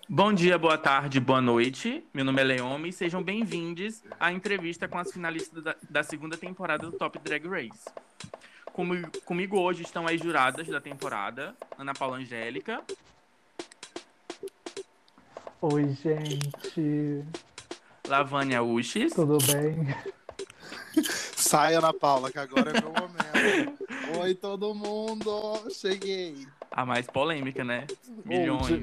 Bom dia, boa tarde, boa noite. Meu nome é Leome e sejam bem-vindos à entrevista com as finalistas da segunda temporada do Top Drag Race. Comigo hoje estão as juradas da temporada, Ana Paula Angélica, Oi, gente. Lavânia Uches, Tudo bem? Sai, Ana Paula, que agora é meu momento. Oi, todo mundo! Cheguei! a mais polêmica, né? Hoje. Milhões.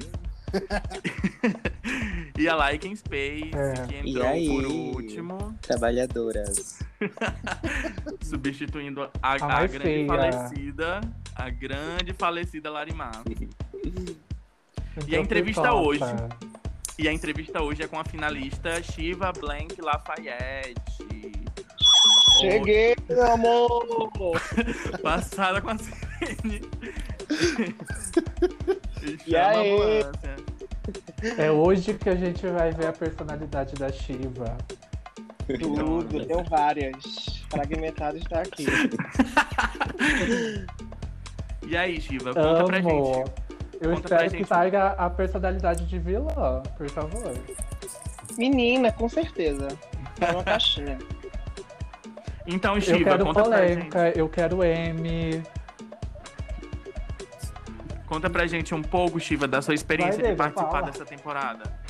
E a Like in Space, que E entrou por aí, último, trabalhadoras? substituindo A mais feia. a grande falecida Larimar. E a Entrou entrevista por hoje. copa. E a entrevista hoje é com a finalista Shiva Blank Lafayette. Cheguei, meu amor! Passada com a sirene. E aí? Ambulância. É hoje que a gente vai ver a personalidade da Shiva. Tudo, deu várias. Fragmentado está aqui. E aí, Shiva, conta pra Amo. gente. Eu Conta pra espero que gente. saia a personalidade de vilã, por favor. Menina, com certeza. É uma caixinha. Então, Eu Shiva, quero conta pra gente. polêmica, eu quero M. Conta pra gente um pouco, Shiva, da sua experiência Vai, de David, participar fala. dessa temporada.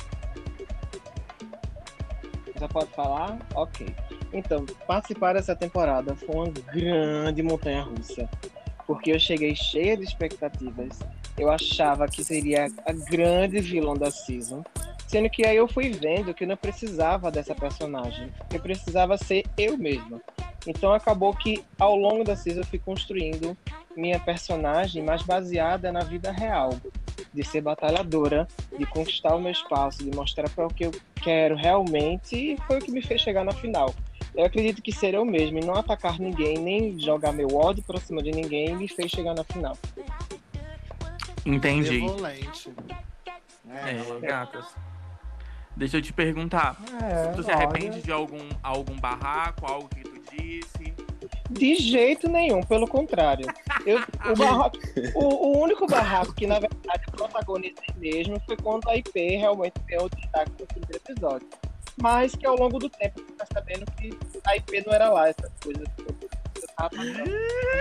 Já pode falar? Ok. Então, participar dessa temporada foi uma grande montanha-russa. Porque eu cheguei cheia de expectativas. Eu achava que seria a grande vilã da season. Sendo que aí eu fui vendo que eu não precisava dessa personagem. Eu precisava ser eu mesma. Então acabou que ao longo da season eu fui construindo minha personagem mais baseada na vida real. De ser batalhadora, de conquistar o meu espaço, de mostrar para o que eu quero realmente. E foi o que me fez chegar na final. Eu acredito que ser eu mesmo e não atacar ninguém, nem jogar meu ódio pra cima de ninguém, me fez chegar na final. Entendi. Benevolente. Gatas. Deixa eu te perguntar. Tu se arrepende de algum barraco, algo que tu disse? De jeito nenhum, pelo contrário. O único barraco que, na verdade, eu protagonizei mesmo foi quando a IP realmente ganhou o destaque no primeiro episódio. Mas que ao longo do tempo você tá sabendo que a IP não era lá, essas coisas. Eu tava passando.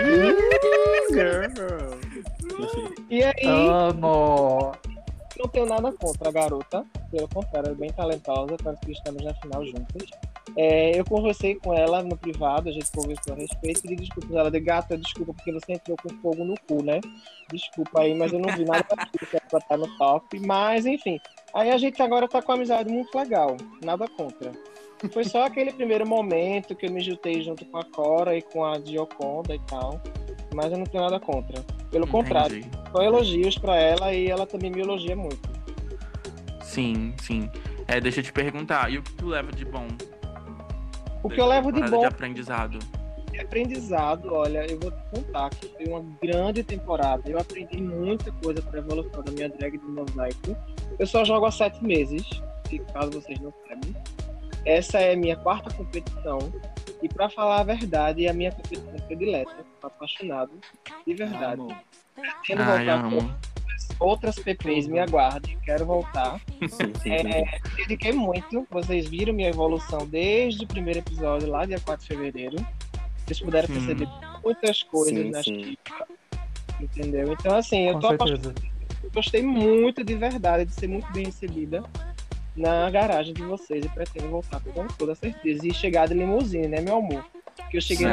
E aí, Amo. não tenho nada contra a garota, pelo contrário, é bem talentosa, tanto que estamos na final juntas. Eu conversei com ela no privado, a gente conversou a respeito, pedi desculpas. Ela de gata, desculpa porque você entrou com fogo no cu, né? Desculpa aí, mas eu não vi nada daquilo que era pra estar no top. Mas, enfim, aí a gente agora tá com uma amizade muito legal, nada contra. Foi só aquele primeiro momento que eu me juntei junto com a Cora e com a Gioconda e tal, mas eu não tenho nada contra. Pelo contrário, só elogios pra ela e ela também me elogia muito. Sim, sim. Deixa eu te perguntar, e o que tu leva de bom? O que eu levo de bom De aprendizado. é aprendizado. Olha, eu vou te contar que foi uma grande temporada. Eu aprendi muita coisa para a evolução da minha drag de mosaico. Eu só jogo há 7 meses, se caso vocês não sabem. Essa é a minha 4ª competição. E para falar a verdade, é a minha competição predileta. Estou apaixonado, de verdade. Pretendo voltar com outras PPs, me aguardem, quero voltar. Me dediquei muito, vocês viram minha evolução desde o primeiro episódio, lá dia 4 de fevereiro. Vocês puderam perceber muitas coisas na Chica, entendeu? Então, assim, eu tô apaixonado. Gostei muito de verdade, de ser muito bem recebida na garagem de vocês e pretendo voltar com toda certeza. E chegar de limusine, né, meu amor? Porque eu cheguei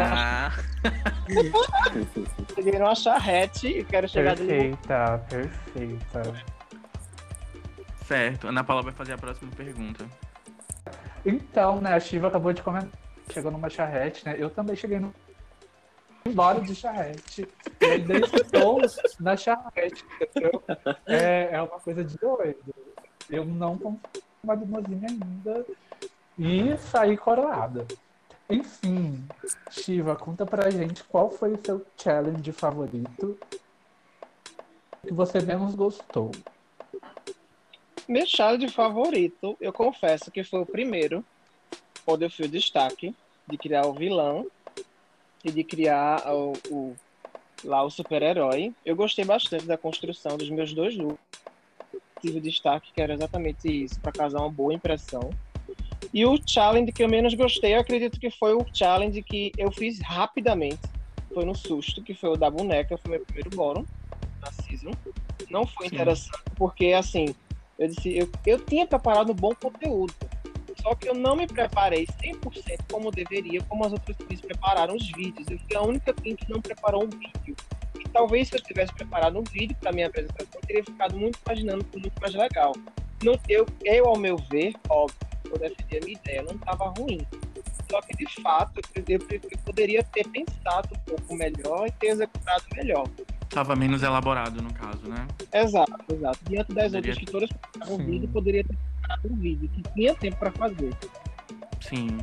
cheguei numa charrete e quero chegar de limusine. Perfeita. Certo, Ana Paula vai fazer a próxima pergunta. Então, né, a Shiva acabou de comentar, chegou numa charrete, né? Eu também cheguei embora de charrete. Eu ainda estou na charrete, entendeu? É uma coisa de doido. Eu não comprei uma limusine ainda e saí coroada. Enfim, Shiva, conta pra gente qual foi o seu challenge favorito que você menos gostou. Meu challenge favorito, eu confesso que foi o primeiro, onde eu fui o destaque de criar o vilão e de criar o super-herói. Eu gostei bastante da construção dos meus 2 looks, tive o destaque, que era exatamente isso, para causar uma boa impressão. E o challenge que eu menos gostei, eu acredito que foi o challenge que eu fiz rapidamente. Foi no susto, que foi o da boneca, foi meu primeiro bórum na season. Não foi Sim. interessante, porque assim, eu tinha preparado um bom conteúdo. Só que eu não me preparei 100% como deveria, como as outras queens prepararam os vídeos. Eu fui a única queen que não preparou um vídeo. E talvez se eu tivesse preparado um vídeo para minha apresentação, teria ficado muito mais dinâmico, muito mais legal. Não, eu, ao meu ver, óbvio, eu defendi a minha ideia, não estava ruim. Só que, de fato, eu poderia ter pensado um pouco melhor e ter executado melhor. Tava menos elaborado, no caso, né? Exato. Diante das Poderia- outras que todas prepararam um Sim. vídeo, poderia ter preparado um vídeo, que tinha tempo para fazer. Sim.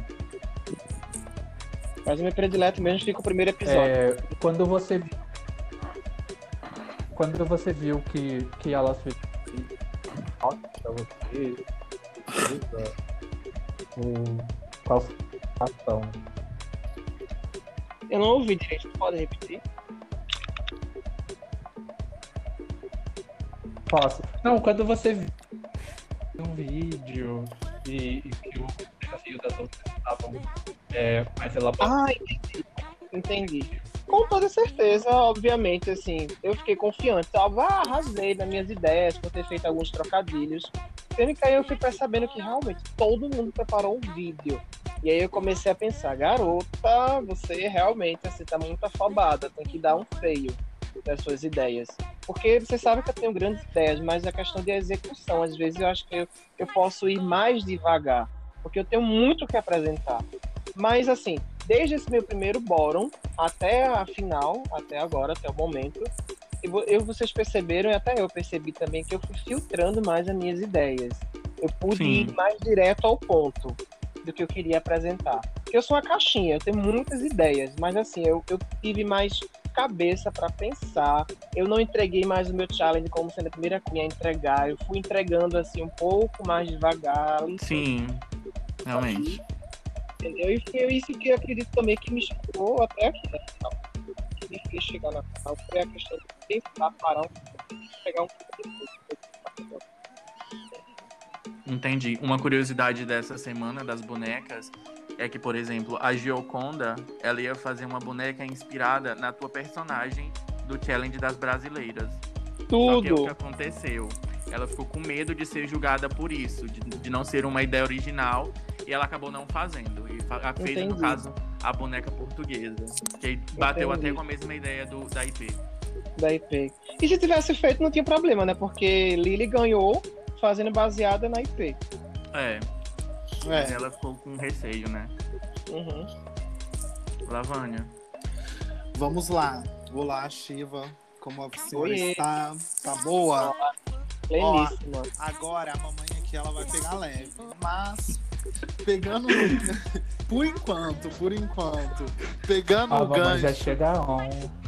Mas o meu predileto mesmo fica o primeiro episódio. Quando você viu que ela fez pra você, qual a ação? Eu não ouvi direito, pode repetir? Posso? Não, quando você viu um vídeo e que o desafio das outras estavam mais elaborados. Entendi. Com toda certeza, obviamente, assim, eu fiquei confiante, arrasei nas minhas ideias por ter feito alguns trocadilhos. Sendo que aí eu fui percebendo que realmente todo mundo preparou um vídeo. E aí eu comecei a pensar, garota, você realmente assim, tá muito afobada, tem que dar um freio das suas ideias. Porque você sabe que eu tenho grandes ideias, mas a questão de execução, às vezes eu acho que eu posso ir mais devagar, porque eu tenho muito o que apresentar. Mas assim, desde esse meu primeiro bórum até a final, até agora, até o momento, vocês perceberam, e até eu percebi também, que eu fui filtrando mais as minhas ideias. Eu pude Sim. ir mais direto ao ponto do que eu queria apresentar. Porque eu sou uma caixinha, eu tenho muitas ideias, mas assim, eu tive mais cabeça para pensar. Eu não entreguei mais o meu challenge como sendo a primeira queen a entregar. Eu fui entregando assim um pouco mais devagar. Sim. Realmente. Entendeu? E foi isso que eu acredito também que me chegou até aqui na final. Que me fez chegar na final foi a questão de tentar parar pegar um pouco. Entendi. Uma curiosidade dessa semana das bonecas é que, por exemplo, a Gioconda, ela ia fazer uma boneca inspirada na tua personagem do Challenge das Brasileiras. Só que é o que Tudo. aconteceu. Ela ficou com medo de ser julgada por isso, de não ser uma ideia original, e ela acabou não fazendo. E fez, no Entendi. caso, a boneca portuguesa. Que aí bateu Entendi. até com a mesma ideia da IP. Da IP. E se tivesse feito, não tinha problema, né? Porque Lily ganhou fazendo baseada na IP. Mas ela ficou com receio, né? Uhum. Lavânia. Vamos lá. Olá, Shiva. Como a senhora Oiê. está? Tá boa? Pleníssima. Agora a mamãe aqui ela vai pegar leve. Mas pegando. Por enquanto. Pegando A o mamãe já gancho. chega on.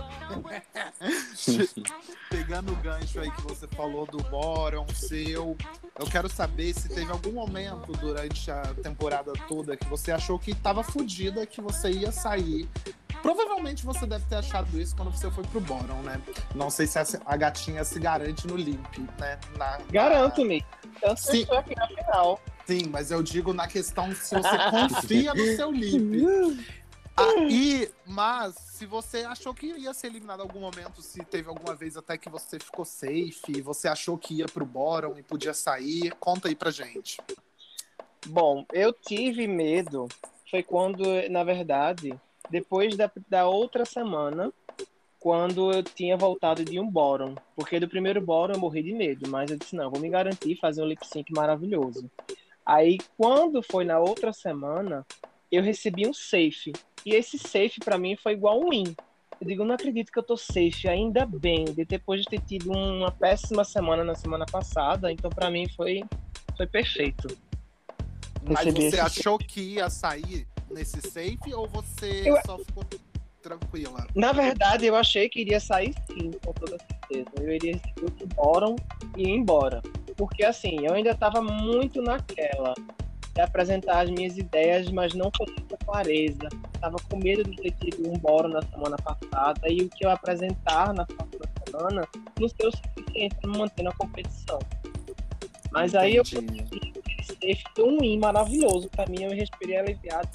Pegando o gancho aí que você falou do Boron seu, eu quero saber se teve algum momento durante a temporada toda que você achou que tava fodida, que você ia sair. Provavelmente você deve ter achado isso quando você foi pro Boron, né? Não sei se a gatinha se garante no Limp, né? Garanto-me. Tanto que eu Sim. estou aqui na final. Sim, mas eu digo na questão se você confia no seu Limp. Aí, mas se você achou que ia ser eliminado em algum momento, se teve alguma vez até que você ficou safe, você achou que ia pro Boron e podia sair, conta aí pra gente. Bom, eu tive medo. Foi quando, na verdade, depois da outra semana, quando eu tinha voltado de um bórum. Porque do primeiro bórum eu morri de medo, mas eu disse, não, vou me garantir fazer um lip sync maravilhoso. Aí, quando foi na outra semana, eu recebi um safe. E esse safe, pra mim, foi igual um win. Eu digo, não acredito que eu tô safe, ainda bem, depois de ter tido uma péssima semana na semana passada, então pra mim foi perfeito. Mas Recebi você esse achou que ia sair nesse safe ou você Eu- só ficou tranquila? Na verdade, eu achei que iria sair sim, com toda certeza. Eu iria receber o bórum e ir embora. Porque assim, eu ainda estava muito naquela de apresentar as minhas ideias, mas não com muita clareza. Estava com medo de ter tido um bórum na semana passada e o que eu apresentar na próxima semana não ser o suficiente para me manter na competição. Mas aí eu Entendi. esse foi um win maravilhoso. Pra mim, eu respirei aliviado.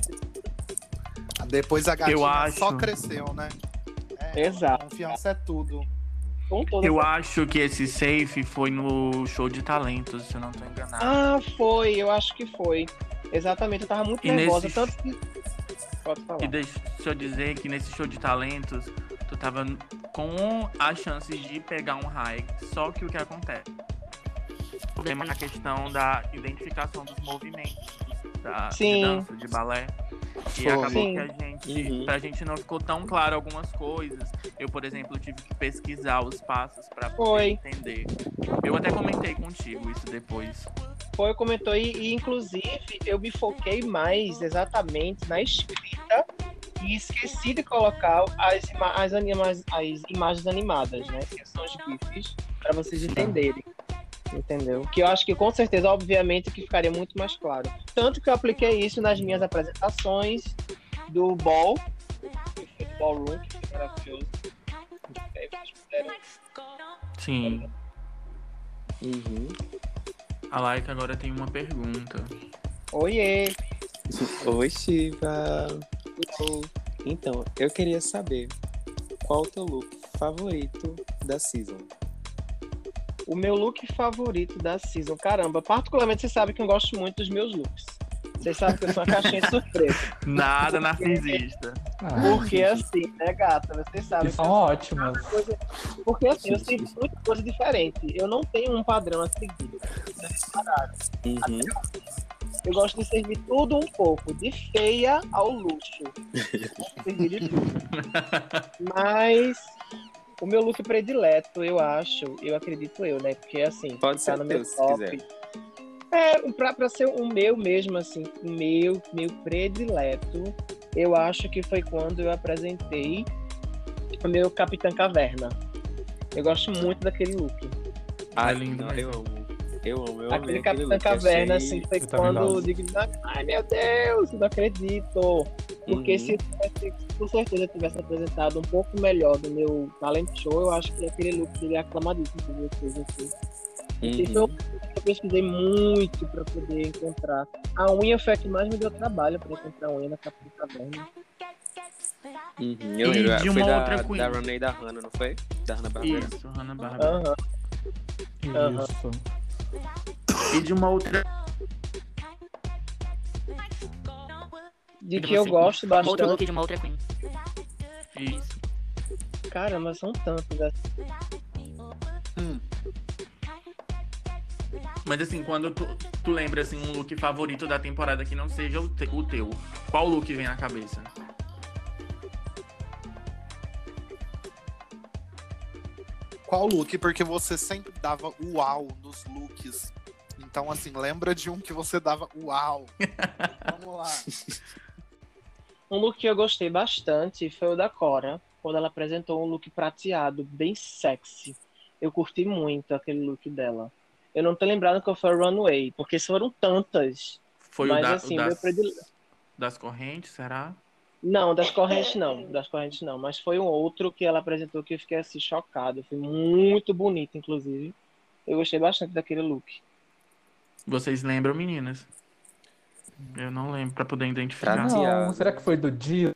Depois a gatinha Eu acho. só cresceu, né? Exato. Confiança é tudo. Com toda Eu acho que esse safe foi no show de talentos, se eu não tô enganado. Ah, foi. Eu acho que foi. Exatamente. Eu tava muito E nervosa. nesse- Tanto que... Pode falar. E deixa eu dizer que nesse show de talentos, tu tava com a chance de pegar um high. Só que o que acontece? O problema na questão da identificação dos movimentos de Sim. dança, de balé. E Foi. acabou Sim. que a gente, Uhum. pra gente não ficou tão claro algumas coisas. Eu, por exemplo, tive que pesquisar os passos pra poder Foi. entender. Eu até comentei contigo isso depois. Foi, comentou. E, inclusive, eu me foquei mais exatamente na escrita e esqueci de colocar as imagens animadas, né? Que são os GIFs, para vocês entenderem. Entendeu? Que eu acho que, com certeza, obviamente, que ficaria muito mais claro. Tanto que eu apliquei isso nas minhas apresentações do Ball, que foi do Ballroom, que foi maravilhoso. Aí vocês puderam. Sim. Uhum. A Laika agora tem uma pergunta. Oiê! Oi, Shiva. Então, eu queria saber qual o teu look favorito da season? O meu look favorito da season, caramba, particularmente vocês sabem que eu gosto muito dos meus looks. Vocês sabem que eu sou uma caixinha de surpresa. Nada narcisista. Porque assim, né, gata? Vocês sabem E são ótimas. Porque assim, eu sinto muita coisa diferente. Eu não tenho um padrão a seguir. Uhum. Eu gosto de servir tudo um pouco, de feia ao luxo. Servir de tudo. Mas o meu look predileto, eu acredito eu, né? Porque assim, Pode ser no teu, meu se top. quiser. Pra ser o meu mesmo, assim, o meu predileto, eu acho que foi quando eu apresentei o meu Capitã Caverna. Eu gosto muito daquele look. Ah, É lindo não, mesmo. eu amo. Eu Aquele amei aquele Capitã look, Caverna, achei- assim, foi Eu também quando eu gosto. digo, ai meu Deus, não acredito. Porque Uhum. se eu tivesse, com certeza, eu tivesse apresentado um pouco melhor do meu talent show, eu acho que aquele look seria aclamadíssimo por vocês, assim. E foi um Uhum. look que eu pesquisei muito pra poder encontrar. A unha foi a que mais me deu trabalho pra encontrar a unha na Capitã Caverna. Uhum. E Eu lembro, de foi uma da, outra queen. da Runway da Hannah, não foi? Da Hannah Barbera. Isso, Hannah Barbera. Aham. Aham. Isso. E de uma outra. De de que eu você. gosto Outro bastante. look de uma outra queen. Isso. Caramba, são tantos. Assim. Mas assim, quando tu lembra assim, um look favorito da temporada que não seja o teu, qual look vem na cabeça? Qual look? Porque você sempre dava uau nos looks. Então, assim, lembra de um que você dava uau. Vamos lá. Um look que eu gostei bastante foi o da Cora, quando ela apresentou um look prateado, bem sexy. Eu curti muito aquele look dela. Eu não tô lembrado qual foi a runway, porque foram tantas. Foi mas o assim, das, meu predileto. das correntes, será? Não, das correntes não. Mas foi um outro que ela apresentou que eu fiquei assim, chocado. Foi muito bonito, inclusive. Eu gostei bastante daquele look. Vocês lembram, meninas? Eu não lembro pra poder identificar. Prateado. Não, será que foi do dia?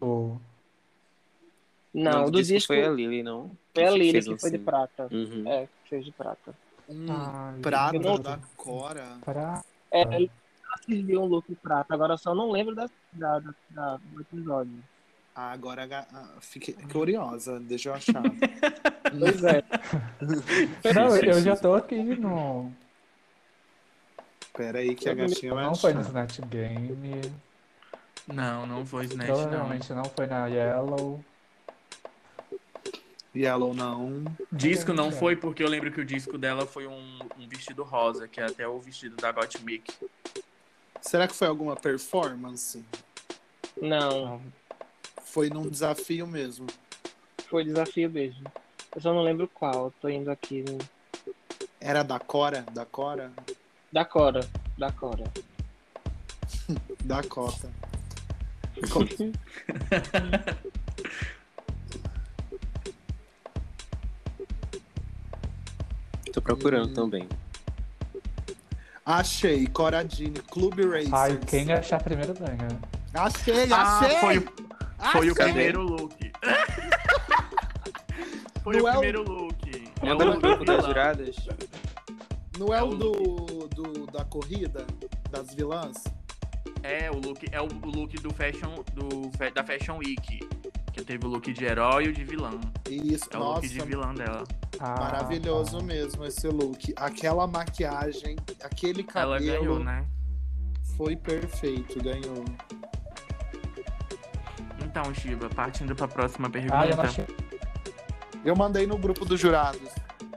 Não, do disco foi a Lily, não? foi a Lily fez que um foi de sim. prata. Uhum. É, que fez de prata. Ai, Prata eu não- da Cora. Pra... Ela serviu um look prata, agora eu só não lembro do episódio. Ah, agora fiquei curiosa. Deixa eu achar. Pois é. Não, eu já tô aqui no... Pera aí que a gatinha vai Não foi no achar. Snatch Game. Não foi Snatch, não. Provavelmente não foi na Yellow. Yellow não. Disco não foi, porque eu lembro que o disco dela foi um vestido rosa, que é até o vestido da Gottmik. Será que foi alguma performance? Não, Foi num desafio mesmo. foi desafio mesmo. Eu só não lembro qual. Tô indo aqui no... Era da Cora? Da Cora? Da Cora. Da Cora. Da Cota. Tô procurando também. Achei, Coradini, Clube Racers. Ai, quem achar primeiro ganha. Achei! Foi o Achei! primeiro look. Foi Não o é o- primeiro look. É Manda o no look grupo das vilã. juradas. Não é É o o da corrida? Das vilãs? É o look da Fashion Week. Que teve o look de herói e o de vilã. Isso, É o look de vilã dela. maravilhoso mesmo esse look. Aquela maquiagem, aquele cabelo. Ela ganhou, né? Foi perfeito, ganhou. Então, Shiva, partindo pra próxima pergunta. Ah, eu não achei. Eu mandei no grupo dos jurados.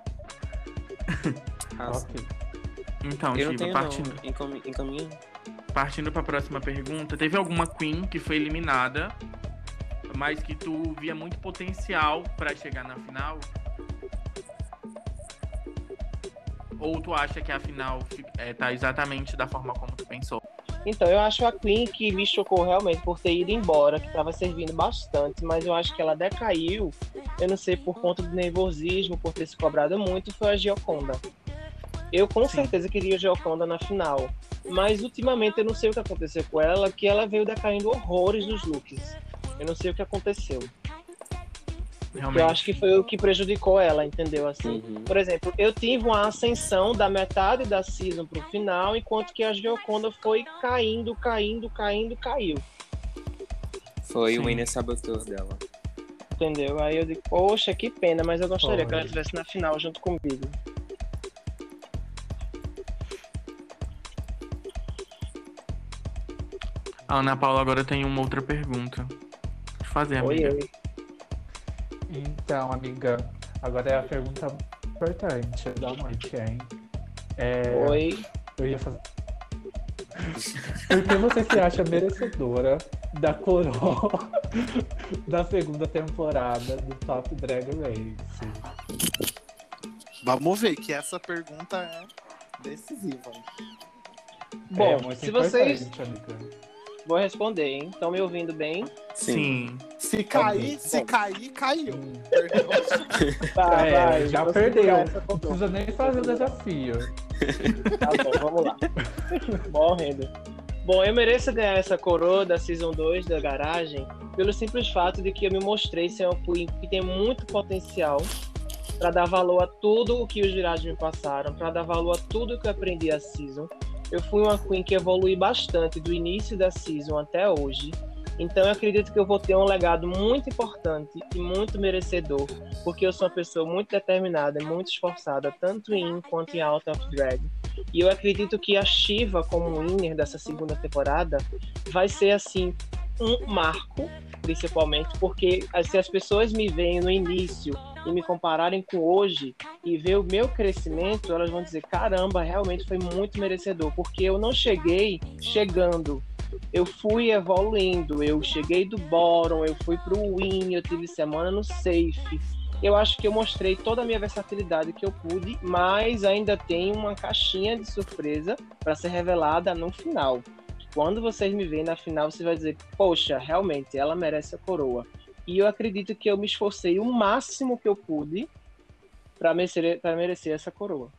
Arrasa. Ok. Então, Eu não Shiva, tenho, partindo, não. Encaminha. partindo pra próxima pergunta, teve alguma Queen que foi eliminada, mas que tu via muito potencial pra chegar na final? Ou tu acha que a final tá exatamente da forma como tu pensou? Então, eu acho a Queen que me chocou realmente por ter ido embora, que estava servindo bastante, mas eu acho que ela decaiu, eu não sei, por conta do nervosismo, por ter se cobrado muito, foi a Gioconda. Eu com Sim. certeza queria a Gioconda na final, mas ultimamente eu não sei o que aconteceu com ela, que ela veio decaindo horrores nos looks. Eu não sei o que aconteceu. Realmente. Eu acho que foi o que prejudicou ela, entendeu? Assim, Uhum. por exemplo, eu tive uma ascensão da metade da season pro final, enquanto que a Gioconda foi caiu. Foi Sim. o Inner Saboteur dela. Entendeu? Aí eu digo, poxa, que pena, mas eu gostaria Foi. que ela estivesse na final junto comigo. A Ana Paula agora tem uma outra pergunta. Pode fazer, Oi, amiga. oi. Então, amiga, agora é a pergunta importante da noite, hein? Oi. Eu ia fazer. Por que você se acha merecedora da coroa da segunda temporada do Top Drag Race? Vamos ver que essa pergunta é decisiva. Bom, é muito se vocês... importante, amiga. Vou responder, hein? Estão me ouvindo bem? Sim. Se cair, caiu. Hum. Perdeu. Tá, vai, já vou perdeu. segurar essa Não precisa nem fazer o desafio. Tá bom, vamos lá. Morrendo. Bom, eu mereço ganhar essa coroa da Season 2 da Garagem pelo simples fato de que eu me mostrei ser uma Queen que tem muito potencial para dar valor a tudo o que os jurados me passaram, para dar valor a tudo o que eu aprendi a Season. Eu fui uma Queen que evolui bastante do início da Season até hoje. Então eu acredito que eu vou ter um legado muito importante e muito merecedor, porque eu sou uma pessoa muito determinada, muito esforçada, tanto em quanto em Out of Drag. E eu acredito que a Shiva, como winner dessa segunda temporada, vai ser, assim, um marco, principalmente, porque se as pessoas me veem no início e me compararem com hoje e ver o meu crescimento, elas vão dizer, caramba, realmente foi muito merecedor, porque eu não cheguei chegando. Eu fui evoluindo, eu cheguei do bottom, eu fui pro win, eu tive semana no safe. Eu acho que eu mostrei toda a minha versatilidade que eu pude, mas ainda tem uma caixinha de surpresa para ser revelada no final. Quando vocês me verem na final, você vai dizer, poxa, realmente, ela merece a coroa. E eu acredito que eu me esforcei o máximo que eu pude para merecer essa coroa.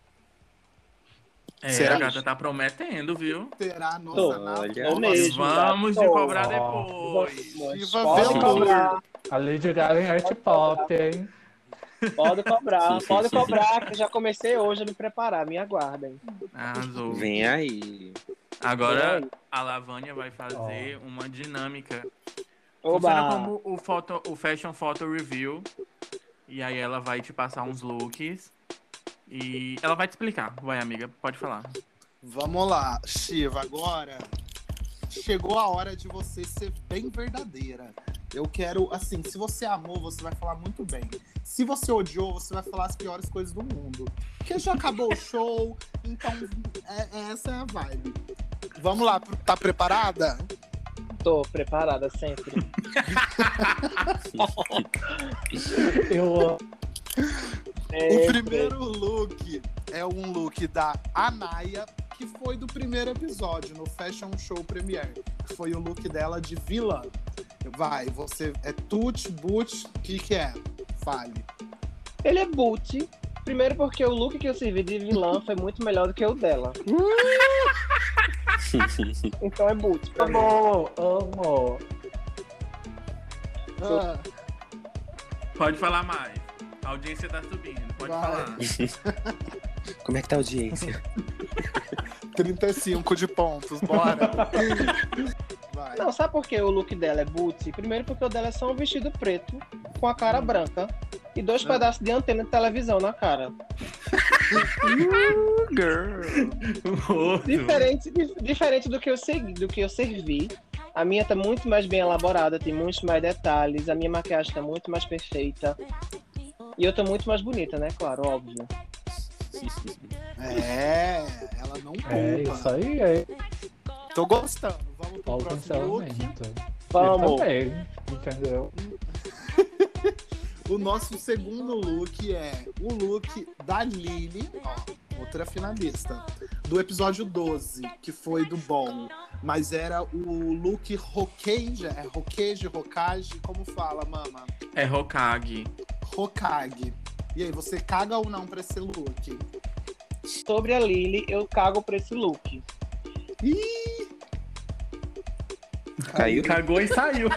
Será? A gata tá prometendo, viu? Será a nossa Tô, nave? tô mesmo. Vamos de Tô. cobrar Ó. depois. Shiva Pode Velour. cobrar, A Lady Gaga em Art Pop, hein? pode cobrar, que eu já comecei hoje a me preparar, me aguardem. Arrasou. Vem aí. Agora Vem aí. a Lavânia vai fazer uma dinâmica. Oba! Funciona como o Fashion Photo Review. E aí ela vai te passar uns looks. E ela vai te explicar. Vai, amiga, pode falar. Vamos lá, Shiva, agora chegou a hora de você ser bem verdadeira. Eu quero, assim, se você amou, você vai falar muito bem. Se você odiou, você vai falar as piores coisas do mundo. Porque já acabou o show, então essa é a vibe. Vamos lá, tá preparada? Tô preparada sempre. Eu O primeiro look é um look da Anaya, que foi do primeiro episódio, no Fashion Show Premiere. Foi o look dela de vilã. Vai, você é Tut, Boot, o que é? Fale. Ele é boot, Primeiro porque o look que eu servi de vilã foi muito melhor do que o dela. Então é boot pra mim. Amo. Ah, Pode falar mais. A audiência tá subindo, pode Vai. falar. Como é que tá a audiência? 35 de pontos, bora. Vai. Não, sabe por que o look dela é boot? Primeiro porque o dela é só um vestido preto com a cara branca e 2 pedaços de antena de televisão na cara. Diferente do que eu servi. A minha tá muito mais bem elaborada, tem muitos mais detalhes, a minha maquiagem tá muito mais perfeita. E eu tô muito mais bonita, né? Claro, óbvio. Ela não poupa. É isso aí, é. Tô gostando. Vamos pro Olha o próximo look. cancelamento. Vamos. Eu também, entendeu? O nosso segundo look é o look da Lily, ó, outra finalista, do episódio 12, que foi do Bom. Mas era o look Hokage, Hokage, como fala, mama? É Hokage. Hokage. E aí, você caga ou não pra esse look? Sobre a Lily, eu cago pra esse look. Ih! Caiu? Cagou e saiu.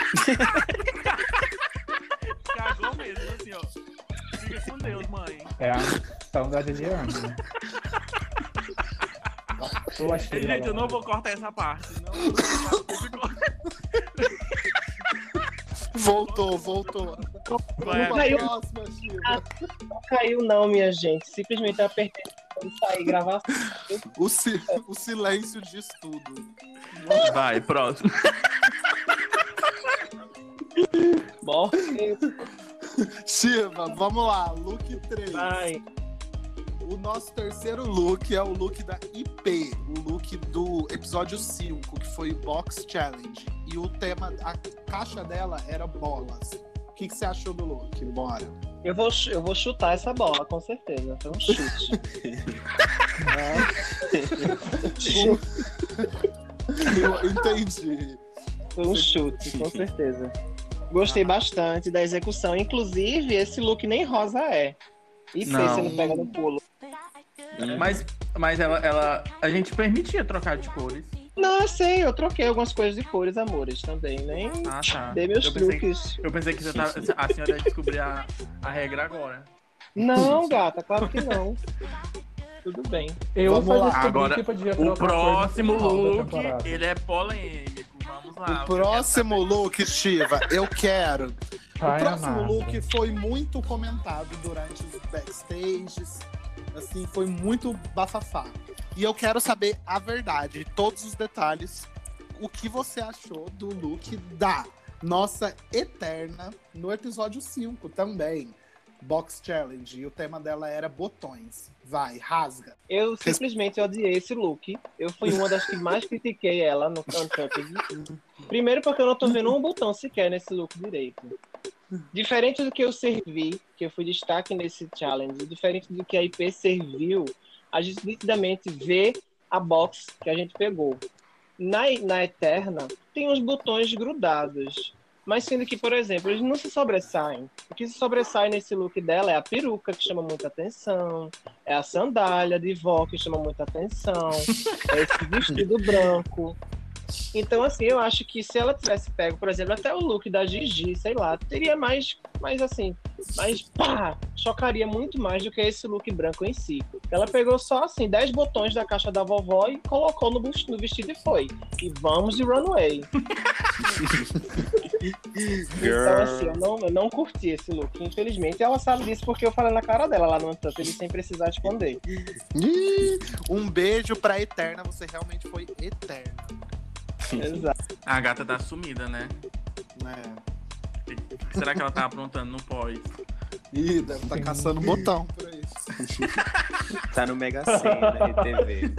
Cagou mesmo, assim, ó. Fica com Deus, mãe. É a ação da Liliane. né? Eu achei Gente, ela- eu não vou cortar essa parte. Não vou cortar. Voltou. Vai, Vamos Caiu. pra próxima, Chiva. Não caiu não, minha gente. Simplesmente eu apertei e saí gravar. O silêncio diz tudo. Vai, próximo. Morre. Chiva, vamos lá, look 3. Vai. O nosso terceiro look é o look da IP, o look do episódio 5, que foi o Box Challenge. E o tema, a caixa dela era bolas. O que você achou do look? Bora. Eu vou chutar essa bola, com certeza. Foi um chute. Eu entendi. Foi um chute, com certeza. Gostei bastante da execução. Inclusive, esse look nem rosa é. E sei Não. se não pega no pulo. Mas a gente permitia trocar de cores. Não, eu sei, eu troquei algumas coisas de cores, amores, também. Nem Ah, tá. dei meus Eu pensei, truques. eu pensei que a senhora ia descobrir a regra agora. Não, gata, claro que não. Tudo bem. Eu Vamos fazia lá. descobrir Agora, que podia O trocar próximo coisa no final da look, temporada. ele é polêmico. Vamos lá. O próximo look, Chiva, eu quero. Vai, O próximo amada. look foi muito comentado durante os backstages. Assim, foi muito bafafá. E eu quero saber a verdade, todos os detalhes. O que você achou do look da nossa Eterna no episódio 5 também. Box Challenge. E o tema dela era botões. Vai, rasga. Eu simplesmente odiei esse look. Eu fui uma das que mais critiquei ela no Untucked. Primeiro porque eu não tô vendo um botão sequer nesse look direito. Diferente do que eu servi, que eu fui destaque nesse challenge, diferente do que a IP serviu, a gente nitidamente vê a box que a gente pegou. Na Eterna, tem uns botões grudados. Mas sendo que, por exemplo, eles não se sobressaem. O que se sobressai nesse look dela é a peruca, que chama muita atenção, é a sandália de vó, que chama muita atenção, é esse vestido branco. Então, assim, eu acho que se ela tivesse pego, por exemplo, até o look da Gigi, sei lá, teria mais assim, mais pá, chocaria muito mais do que esse look branco em si. Ela pegou só, assim, 10 botões da caixa da vovó e colocou no vestido e foi. E vamos de runway. Então, assim, eu não curti esse look, infelizmente. Ela sabe disso porque eu falei na cara dela lá no Untucked, sem precisar esconder. Ih, um beijo pra Eterna, você realmente foi eterna. Exato. A gata tá sumida, né? É. O que será que ela tá aprontando no pós? Ih, deve estar caçando botão por aí. Tá no Mega Sena, RTV.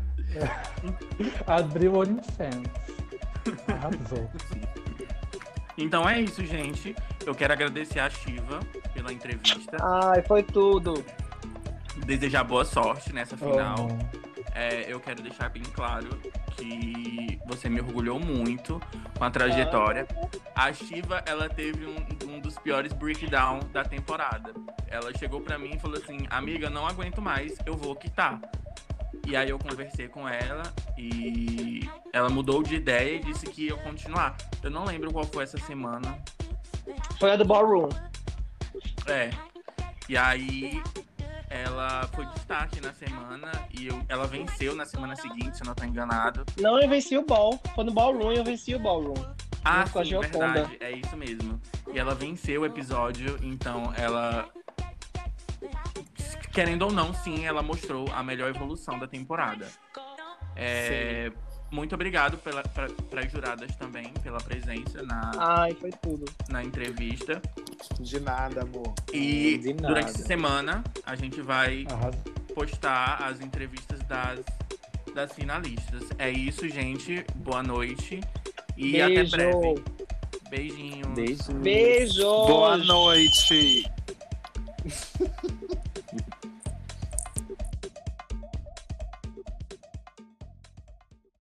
Abriu o OnlyFans. Arrasou. Então é isso, gente. Eu quero agradecer a Shiva pela entrevista. Ai, foi tudo. Desejar boa sorte nessa final. Amo. eu quero deixar bem claro que você me orgulhou muito com a trajetória. A Shiva, ela teve um dos piores breakdown da temporada. Ela chegou pra mim e falou assim, amiga, não aguento mais, eu vou quitar. E aí eu conversei com ela e ela mudou de ideia e disse que ia continuar. Eu não lembro qual foi essa semana. Foi a do Ballroom. E aí ela foi destaque na semana e ela venceu na semana seguinte, se eu não tô enganado. Não, eu venci o Ball. Foi no Ballroom e eu venci o Ballroom. Ah, com a sim, Gioconda. verdade. É isso mesmo. E ela venceu o episódio, então ela... Querendo ou não, sim, ela mostrou a melhor evolução da temporada. Muito obrigado para as juradas também, pela presença Ai, foi tudo. na entrevista. De nada, amor. E De nada. durante essa semana, a gente vai Arrasou. postar as entrevistas das finalistas. É isso, gente. Boa noite. E Beijo. até breve. Beijinhos. Beijo. Beijo. Boa noite.